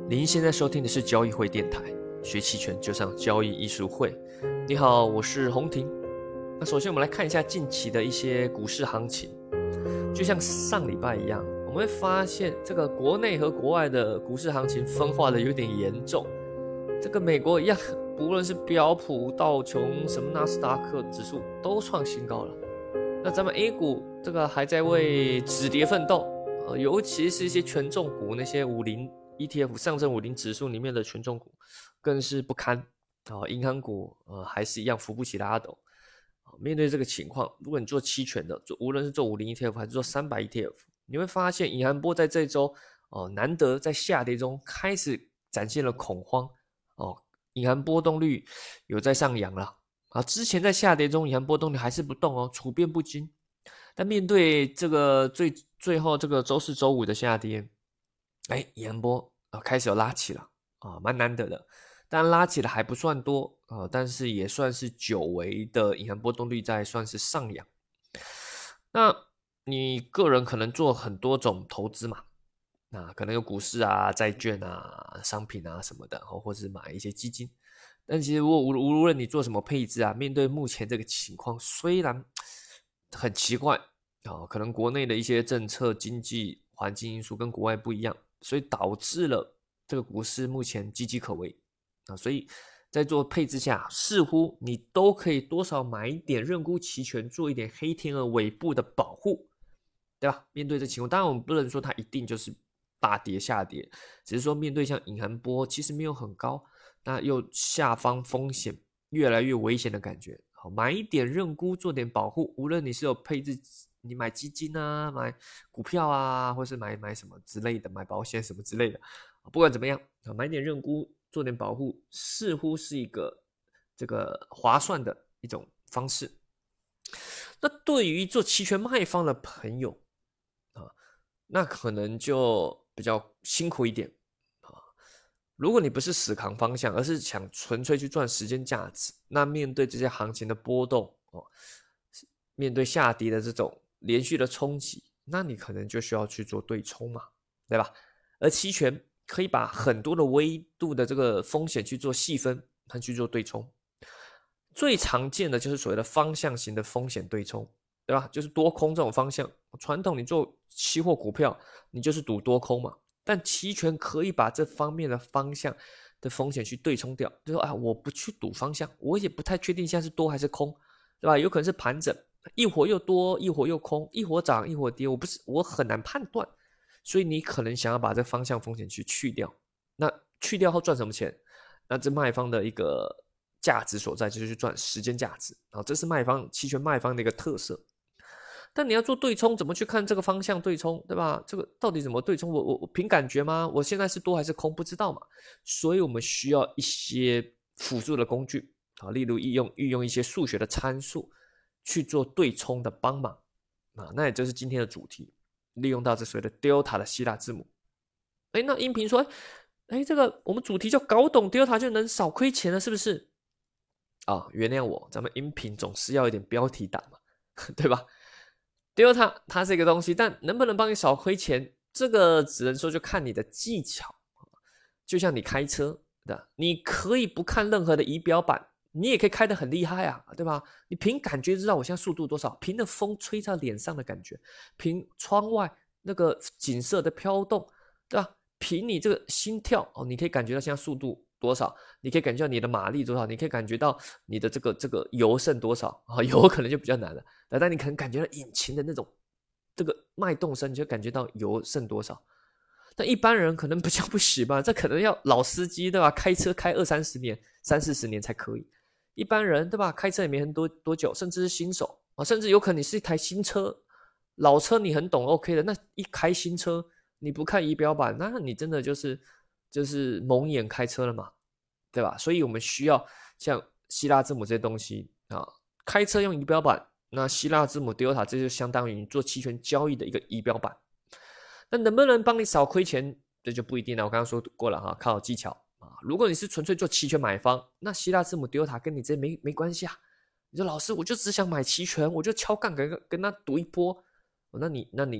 您现在收听的是交易会电台，学期权就上交易艺术会。你好，我是洪婷。那首先我们来看一下近期的一些股市行情。就像上礼拜一样，我们会发现这个国内和国外的股市行情分化的有点严重。这个美国一样，不论是标普、道琼、什么纳斯达克指数都创新高了。那咱们 A 股这个还在为止跌奋斗，尤其是一些权重股，那些50 ETF 上证50指数里面的权重股更是不堪。银行股还是一样扶不起的阿斗。面对这个情况，如果你做期权的，无论是做50 ETF 还是做300 ETF，你会发现银行波在这一周难得在下跌中开始展现了恐慌。银行波动率有在上扬了。之前在下跌中，银行波动率还是不动处变不惊。但面对这个最后这个周四周五的下跌，银行波开始有拉起了蛮难得的。当然拉起的还不算多但是也算是久违的银行波动率在算是上扬。那你个人可能做很多种投资嘛，那可能有股市啊、债券啊、商品啊什么的，或是买一些基金。但其实无论你做什么配置啊，面对目前这个情况，虽然很奇怪可能国内的一些政策、经济环境因素跟国外不一样，所以导致了这个股市目前岌岌可危所以在做配置下，似乎你都可以多少买一点认沽期权，做一点黑天鹅尾部的保护，对吧？面对这情况，当然我们不能说它一定就是大跌下跌，只是说面对像隐含波其实没有很高，那又下方风险越来越危险的感觉，好，买一点认沽做点保护，无论你是有配置，你买基金啊，买股票啊，或是买什么之类的，买保险什么之类的，不管怎么样，买点认沽做点保护，似乎是一个这个划算的一种方式。那对于做期权卖方的朋友那可能就比较辛苦一点如果你不是死扛方向，而是想纯粹去赚时间价值，那面对这些行情的波动面对下跌的这种连续的冲击，那你可能就需要去做对冲嘛，对吧？而期权可以把很多的维度的这个风险去做细分和去做对冲。最常见的就是所谓的方向型的风险对冲，对吧？就是多空这种方向。传统你做期货股票，你就是赌多空嘛。但期权可以把这方面的方向的风险去对冲掉，就说我不去赌方向，我也不太确定现在是多还是空，对吧？有可能是盘整，一会儿又多，一会儿又空，一会儿涨，一会儿跌，我很难判断，所以你可能想要把这方向风险去去掉。那去掉后赚什么钱？那这卖方的一个价值所在就是去赚时间价值这是期权卖方的一个特色。但你要做对冲，怎么去看这个方向对冲，对吧？这个到底怎么对冲？我凭感觉吗？我现在是多还是空？不知道嘛。所以我们需要一些辅助的工具例如运用一些数学的参数去做对冲的帮忙那也就是今天的主题，利用到这所谓的 Delta 的希腊字母。那音频说，这个我们主题就搞懂 Delta 就能少亏钱了，是不是？原谅我，咱们音频总是要一点标题党嘛，对吧？Delta 它是一个东西，但能不能帮你少亏钱，这个只能说就看你的技巧。就像你开车的，你可以不看任何的仪表板，你也可以开得很厉害对吧？你凭感觉知道我现在速度多少，凭着风吹在脸上的感觉，凭窗外那个景色的飘动，对吧？凭你这个心跳你可以感觉到现在速度多少，你可以感觉到你的马力多少，你可以感觉到你的这个油剩多少油可能就比较难了，但你可能感觉到引擎的那种这个脉动声，你就感觉到油剩多少。但一般人可能比较不行吧，这可能要老司机对吧？开车开20-30年、30-40年才可以。一般人对吧？开车也没多久，甚至是新手甚至有可能你是一台新车，老车你很懂 OK 的，那一开新车你不看仪表板，那你真的就是蒙眼开车了嘛，对吧？所以我们需要像希腊字母这些东西开车用仪表板，那希腊字母 Delta 这就相当于你做期权交易的一个仪表板。那能不能帮你少亏钱，这就不一定了。我刚刚说过了靠技巧如果你是纯粹做期权买方，那希腊字母 Delta 跟你这没关系你说老师，我就只想买期权，我就敲杠杆跟他赌一波那你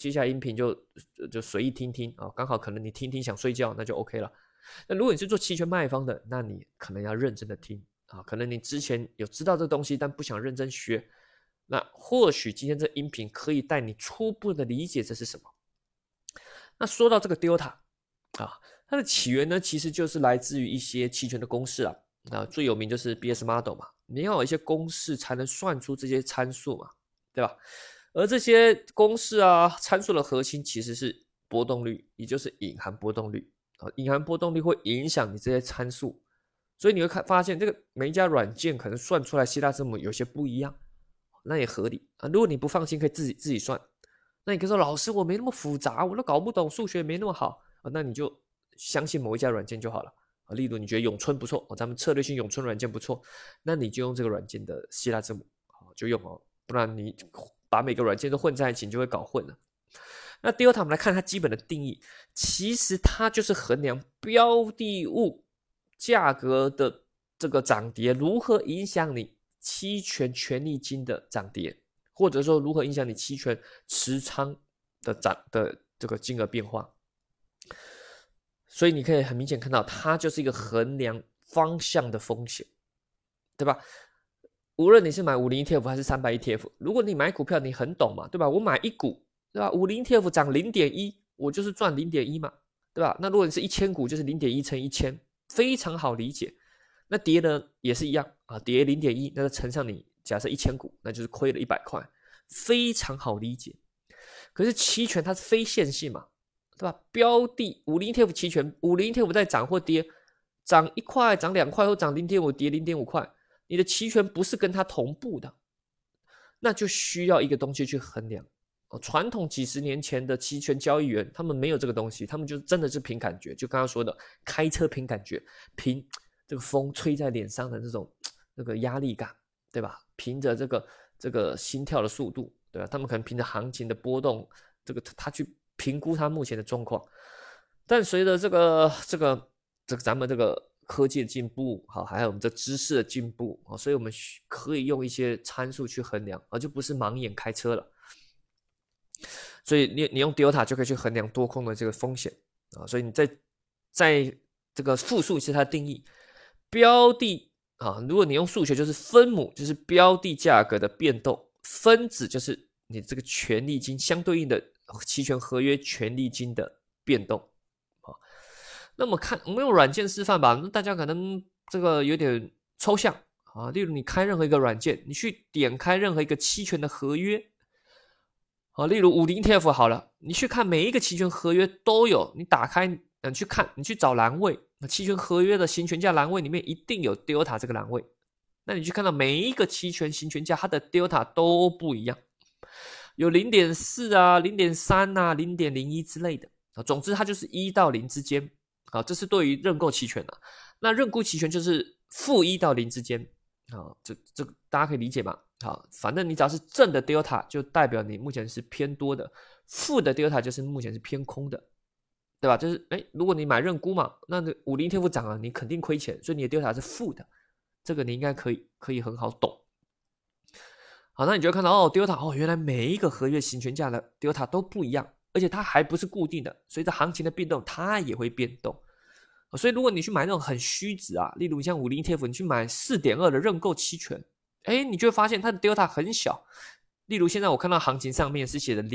接下来音频就随意听听啊，刚好可能你听听想睡觉，那就 OK 了。那如果你是做期权卖方的，那你可能要认真的听啊，可能你之前有知道这个东西，但不想认真学，那或许今天这音频可以带你初步的理解这是什么。那说到这个 delta 啊，它的起源呢，其实就是来自于一些期权的公式啊，最有名就是 BS model 嘛，你要有一些公式才能算出这些参数嘛，对吧？而这些公式啊，参数的核心其实是波动率，也就是隐含波动率啊，隐含波动率会影响你这些参数，所以你会发现这个每一家软件可能算出来希腊字母有些不一样，那也合理啊。如果你不放心，可以自己算。那你可以说老师我没那么复杂，我都搞不懂，数学没那么好啊，那你就相信某一家软件就好了啊。例如你觉得咏春不错，咱们策略性咏春软件不错，那你就用这个软件的希腊字母就用哦，不然你把每个软件都混在一起，你就会搞混了。那delta我们来看它基本的定义，其实它就是衡量标的物价格的这个涨跌如何影响你期权权利金的涨跌，或者说如何影响你期权持仓的这个金额变化。所以你可以很明显看到，它就是一个衡量方向的风险，对吧？无论你是买50 ETF 还是300 ETF，如果你买股票你很懂嘛，对吧？我买一股，对吧？50 ETF 涨 0.1， 我就是赚 0.1 嘛，对吧？那如果你是1000股，就是 0.1 乘1000，非常好理解。那跌呢也是一样啊，跌 0.1， 那就乘上你假设1000股，那就是亏了100块，非常好理解。可是期权它是非线性嘛，对吧？标的50 ETF 期权，50 ETF 在涨或跌，涨1块、涨2块或涨 0.5 跌 0.5 块。你的期权不是跟它同步的，那就需要一个东西去衡量。传统几十年前的期权交易员，他们没有这个东西，他们就真的是凭感觉，就刚刚说的，开车凭感觉，凭这个风吹在脸上的这种那个压力感，对吧？凭着这个心跳的速度，对吧？他们可能凭着行情的波动，他去评估他目前的状况。但随着这个咱们这个科技的进步，好，还有我们这知识的进步，所以我们可以用一些参数去衡量，而就不是盲眼开车了。所以你用 delta 就可以去衡量多空的这个风险啊。所以你在这个复数是它的定义，标的啊，如果你用数学就是分母就是标的价格的变动，分子就是你这个权利金相对应的期权合约权利金的变动。那么我们用软件示范吧，那大家可能这个有点抽象啊。例如你开任何一个软件，你去点开任何一个期权的合约啊，例如50 ETF 好了，你去看每一个期权合约都有，你打开你去看，你去找栏位，期权合约的行权价栏位里面一定有 delta 这个栏位，那你去看到每一个期权行权价它的 delta 都不一样，有 0.4 啊 0.3 啊 0.01 之类的啊，总之它就是1到0之间。好，这是对于认购期权的。那认沽期权就是-1到0之间。好，这大家可以理解吗？好，反正你只要是正的 delta 就代表你目前是偏多的，负的 delta 就是目前是偏空的，对吧？就是如果你买认沽嘛，那50 ETF 涨了，你肯定亏钱，所以你的 delta 是负的，这个你应该可以很好懂。好，那你就会看到delta 原来每一个合约行权价的 delta 都不一样。而且它还不是固定的，随着行情的变动，它也会变动。所以如果你去买那种很虚值啊，例如像50 ETF，你去买 4.2 的认购期权，你就会发现它的 delta 很小。例如现在我看到行情上面是写的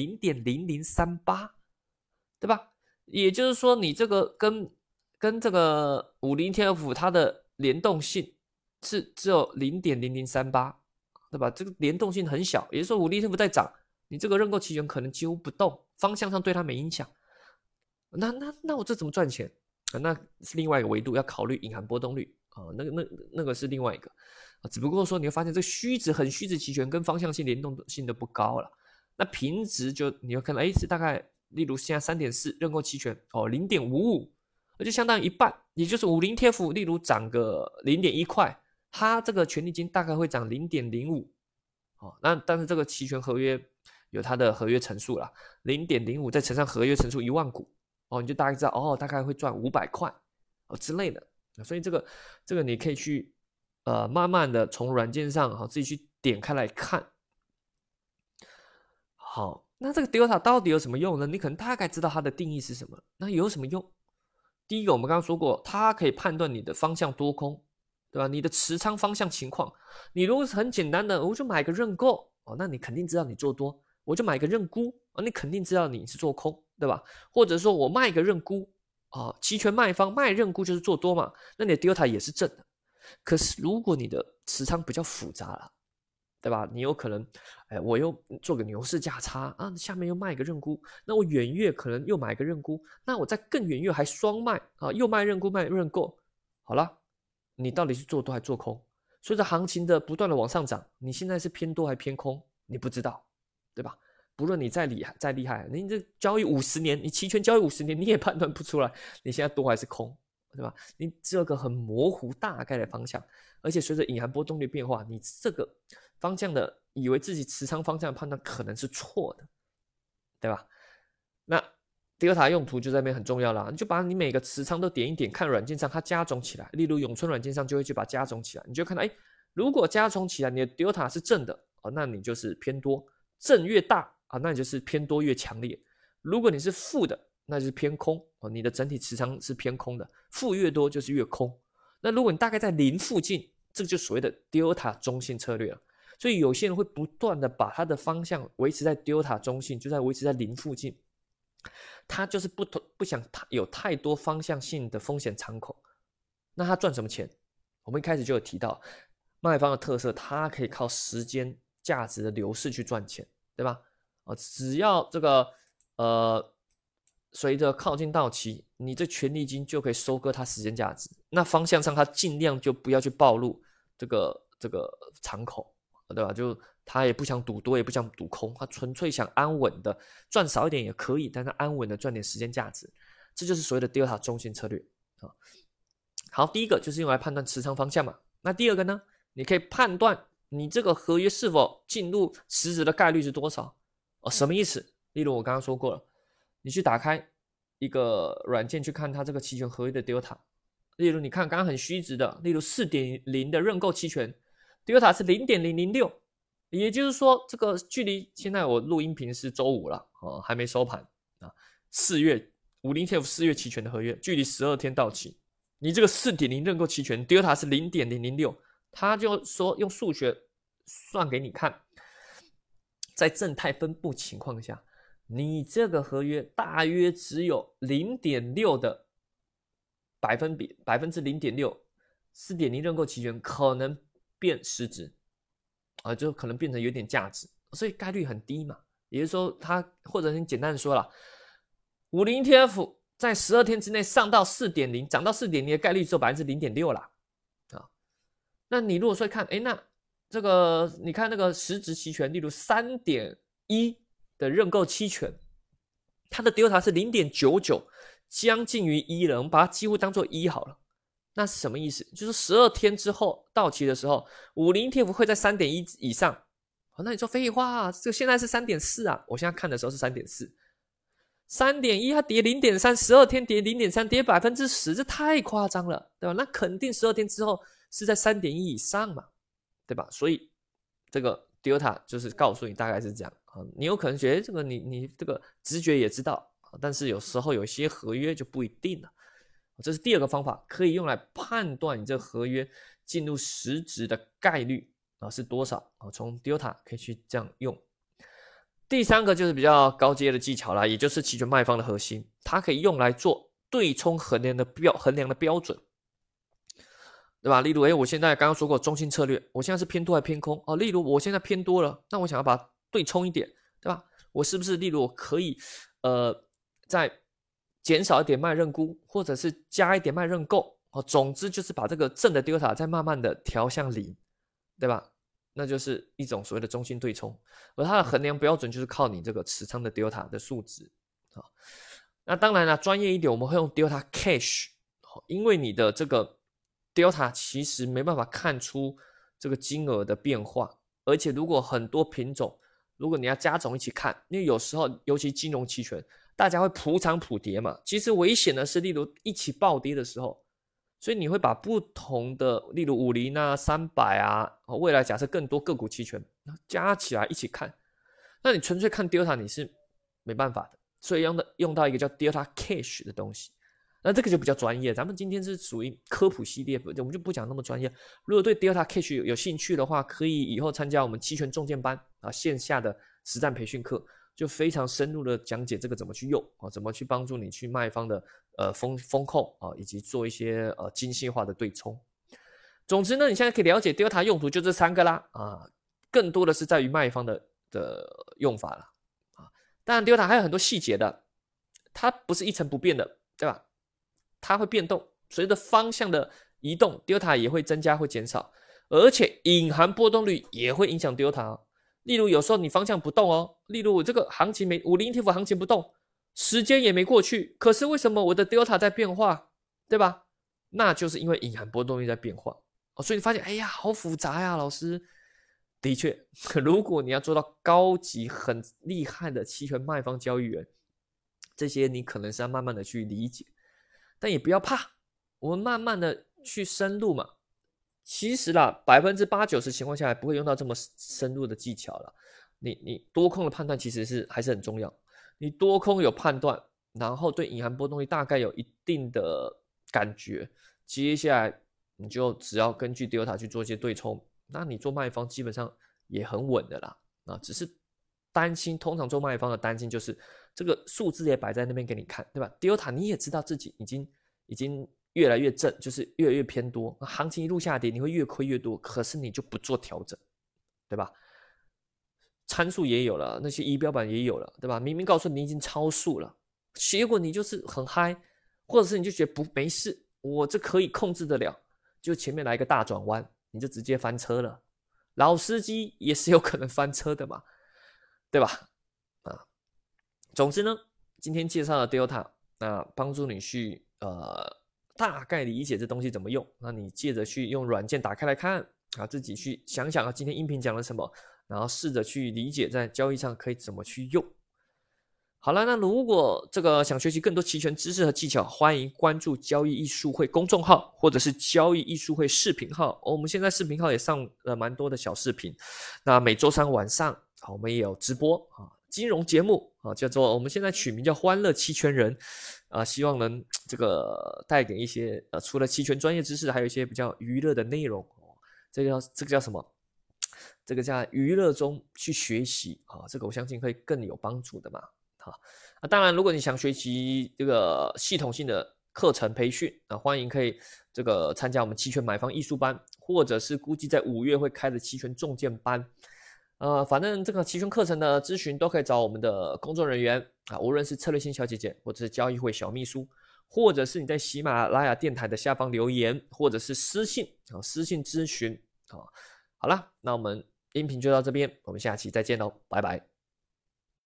0.0038， 对吧？也就是说你这个跟这个50 ETF 它的联动性是只有 0.0038， 对吧？这个联动性很小，也就是说50 ETF 在涨，你这个认购期权可能几乎不动，方向上对它没影响。那我这怎么赚钱？那是另外一个维度，要考虑隐含波动率啊，那个是另外一个只不过说你会发现这个很虚值期权跟方向性联动性都不高了。那平值就你会看到是大概，例如现在 3.4 认购期权0.55， 那就相当于一半，也就是50 ETF 例如涨个 0.1 块，它这个权利金大概会涨 0.05。那但是这个期权合约有它的合约乘数啦 0.05 再乘上合约乘数1万股你就大概知道大概会赚500块之类的。所以这个你可以去慢慢的从软件上自己去点开来看。好， 那这个 delta 到底有什么用呢？你可能大概知道它的定义是什么。那有什么用？第一个，我们刚刚说过，它可以判断你的方向多空，对吧？你的持仓方向情况。你如果是很简单的，我就买个认购那你肯定知道你做多；我就买个认沽你肯定知道你是做空，对吧？或者说我卖个认沽期权卖方卖认沽就是做多嘛，那你的 delta 也是正的。可是如果你的持仓比较复杂了，对吧？你有可能，我又做个牛市价差下面又卖个认沽，那我远月可能又买个认沽，那我在更远月还双卖又卖认沽卖认购，好了，你到底是做多还做空？随着行情的不断的往上涨，你现在是偏多还偏空？你不知道，对吧？不论你再厉害，你这交易50年，你期权交易50年，你也判断不出来你现在多还是空，对吧？你只有个很模糊大概的方向，而且随着隐含波动率变化，你这个方向的以为自己持仓方向的判断可能是错的，对吧？那delta用途就在那边很重要啦，你就把你每个持仓都点一点，看软件上它加总起来，例如永春软件上就会去把它加总起来，你就看到如果加总起来你的 delta 是正的那你就是偏多，正越大那你就是偏多越强烈。如果你是负的，那就是偏空你的整体持仓是偏空的，负越多就是越空。那如果你大概在零附近，这个就所谓的 delta 中性策略了。所以有些人会不断的把他的方向维持在 delta 中性，就在维持在零附近，他就是不想有太多方向性的风险敞口。那他赚什么钱？我们一开始就有提到卖方的特色，它可以靠时间价值的流逝去赚钱，对吧？只要这个随着靠近到期，你这权利金就可以收割它时间价值。那方向上，它尽量就不要去暴露这个敞口，对吧？就他也不想赌多，也不想赌空，他纯粹想安稳的赚少一点也可以，但是安稳的赚点时间价值，这就是所谓的 delta 中性策略好，第一个就是用来判断持仓方向嘛。那第二个呢？你可以判断你这个合约是否进入实质的概率是多少什么意思？例如我刚刚说过了，你去打开一个软件去看它这个期权合约的 delta， 例如你看刚刚很虚值的，例如 4.0 的认购期权 delta 是 0.006， 也就是说这个距离现在我录音频是周五了还没收盘4月50TF 4月期权的合约距离12天到期，你这个 4.0 认购期权 delta 是 0.006， 他就说用数学算给你看，在正态分布情况下，你这个合约大约只有 0.6 的百分比，0.6%， 4.0 认购期权可能变实质就可能变成有点价值，所以概率很低嘛。也就是说它或者很简单的说了，50 ETF 在12天之内上到 4.0 涨到 4.0 的概率只有 0.6% 啦那你如果说看那这个你看那个实质期权，例如 3.1 的认购期权，它的 delta 是 0.99， 将近于1了，我们把它几乎当做1好了。那是什么意思？就是12天之后到期的时候，50 ETF 会在 3.1 以上那你说废话这个现在是 3.4 啊，我现在看的时候是 3.4， 3.1 它跌 0.3， 12天跌 0.3， 跌 10%， 这太夸张了，对吧？那肯定12天之后是在 3.1 以上嘛，对吧？所以这个 delta 就是告诉你大概是这样你有可能觉得这个你这个直觉也知道但是有时候有些合约就不一定了这是第二个方法，可以用来判断你这合约进入实质的概率是多少从 delta 可以去这样用。第三个就是比较高阶的技巧啦，也就是期权卖方的核心，它可以用来做对冲衡量的标准，对吧？例如我现在刚刚说过中性策略，我现在是偏多还偏空例如我现在偏多了，那我想要把它对冲一点，对吧？我是不是例如我可以再减少一点卖认沽，或者是加一点卖认购总之就是把这个正的 delta 再慢慢的调向0，对吧？那就是一种所谓的中性对冲，而它的衡量标准就是靠你这个持仓的 delta 的数值那当然了，专业一点我们会用 delta cash， 因为你的这个 delta 其实没办法看出这个金额的变化，而且如果很多品种，如果你要加总一起看，因为有时候尤其金融期权大家会普涨普跌嘛，其实危险的是例如一起暴跌的时候，所以你会把不同的例如50啊300啊未来假设更多个股期权加起来一起看， 那你纯粹看 Delta 你是没办法的，所以用到一个叫 Delta Cash 的东西。那这个就比较专业，咱们今天是属于科普系列，我们就不讲那么专业。如果对 Delta Cash 有兴趣的话，可以以后参加我们期权重建班啊，线下的实战培训课，就非常深入的讲解这个怎么去用啊，怎么去帮助你去卖方的风控啊，以及做一些精细化的对冲。总之呢，你现在可以了解 Delta 用途就这3个啦啊，更多的是在于卖方的用法了啊。当然 Delta 还有很多细节的，它不是一成不变的，对吧？它会变动，随着方向的移动 Delta 也会增加会减少，而且隐含波动率也会影响 Delta 哦。例如有时候你方向不动哦，例如这个行情50 ETF 行情不动，时间也没过去，可是为什么我的 Delta 在变化，对吧？那就是因为隐含波动率在变化哦，所以你发现哎呀好复杂呀，老师。的确，如果你要做到高级很厉害的期权卖方交易员，这些你可能是要慢慢的去理解。但也不要怕，我们慢慢的去深入嘛。其实啦，80%-90%情况下不会用到这么深入的技巧了。你多空的判断其实还是很重要。你多空有判断，然后对隐含波动率大概有一定的感觉，接下来你就只要根据 Delta 去做一些对冲，那你做卖方基本上也很稳的啦。啊，只是担心，通常做卖方的担心就是这个数字也摆在那边给你看，对吧 ？Delta 你也知道自己已经越来越正，就是越来越偏多，行情一路下跌，你会越亏越多，可是你就不做调整，对吧？参数也有了，那些仪表板也有了，对吧？明明告诉你已经超速了，结果你就是很嗨，或者是你就觉得没事，我这可以控制得了，就前面来一个大转弯，你就直接翻车了。老司机也是有可能翻车的嘛，对吧？啊，总之呢，今天介绍了 Delta， 那帮助你去大概理解这东西怎么用。那你借着去用软件打开来看啊，自己去想想啊，今天音频讲了什么，然后试着去理解在交易上可以怎么去用。好了，那如果这个想学习更多期权知识和技巧，欢迎关注交易艺术会公众号或者是交易艺术会视频号。我们现在视频号也上了蛮多的小视频。那每周3晚上，我们也有直播啊，金融节目啊，叫做我们现在取名叫欢乐期权人啊，希望能这个带给一些除了期权专业知识，还有一些比较娱乐的内容。这个叫什么？这个叫娱乐中去学习啊，这个我相信会更有帮助的嘛。当然，如果你想学习这个系统性的课程培训啊，欢迎可以这个参加我们期权买方艺术班，或者是估计在5月会开的期权重建班。反正这个期权课程的咨询都可以找我们的工作人员啊，无论是策略性小姐姐，或者是交易会小秘书，或者是你在喜马拉雅电台的下方留言，或者是私信咨询啊。好了，那我们音频就到这边，我们下期再见喽，拜拜。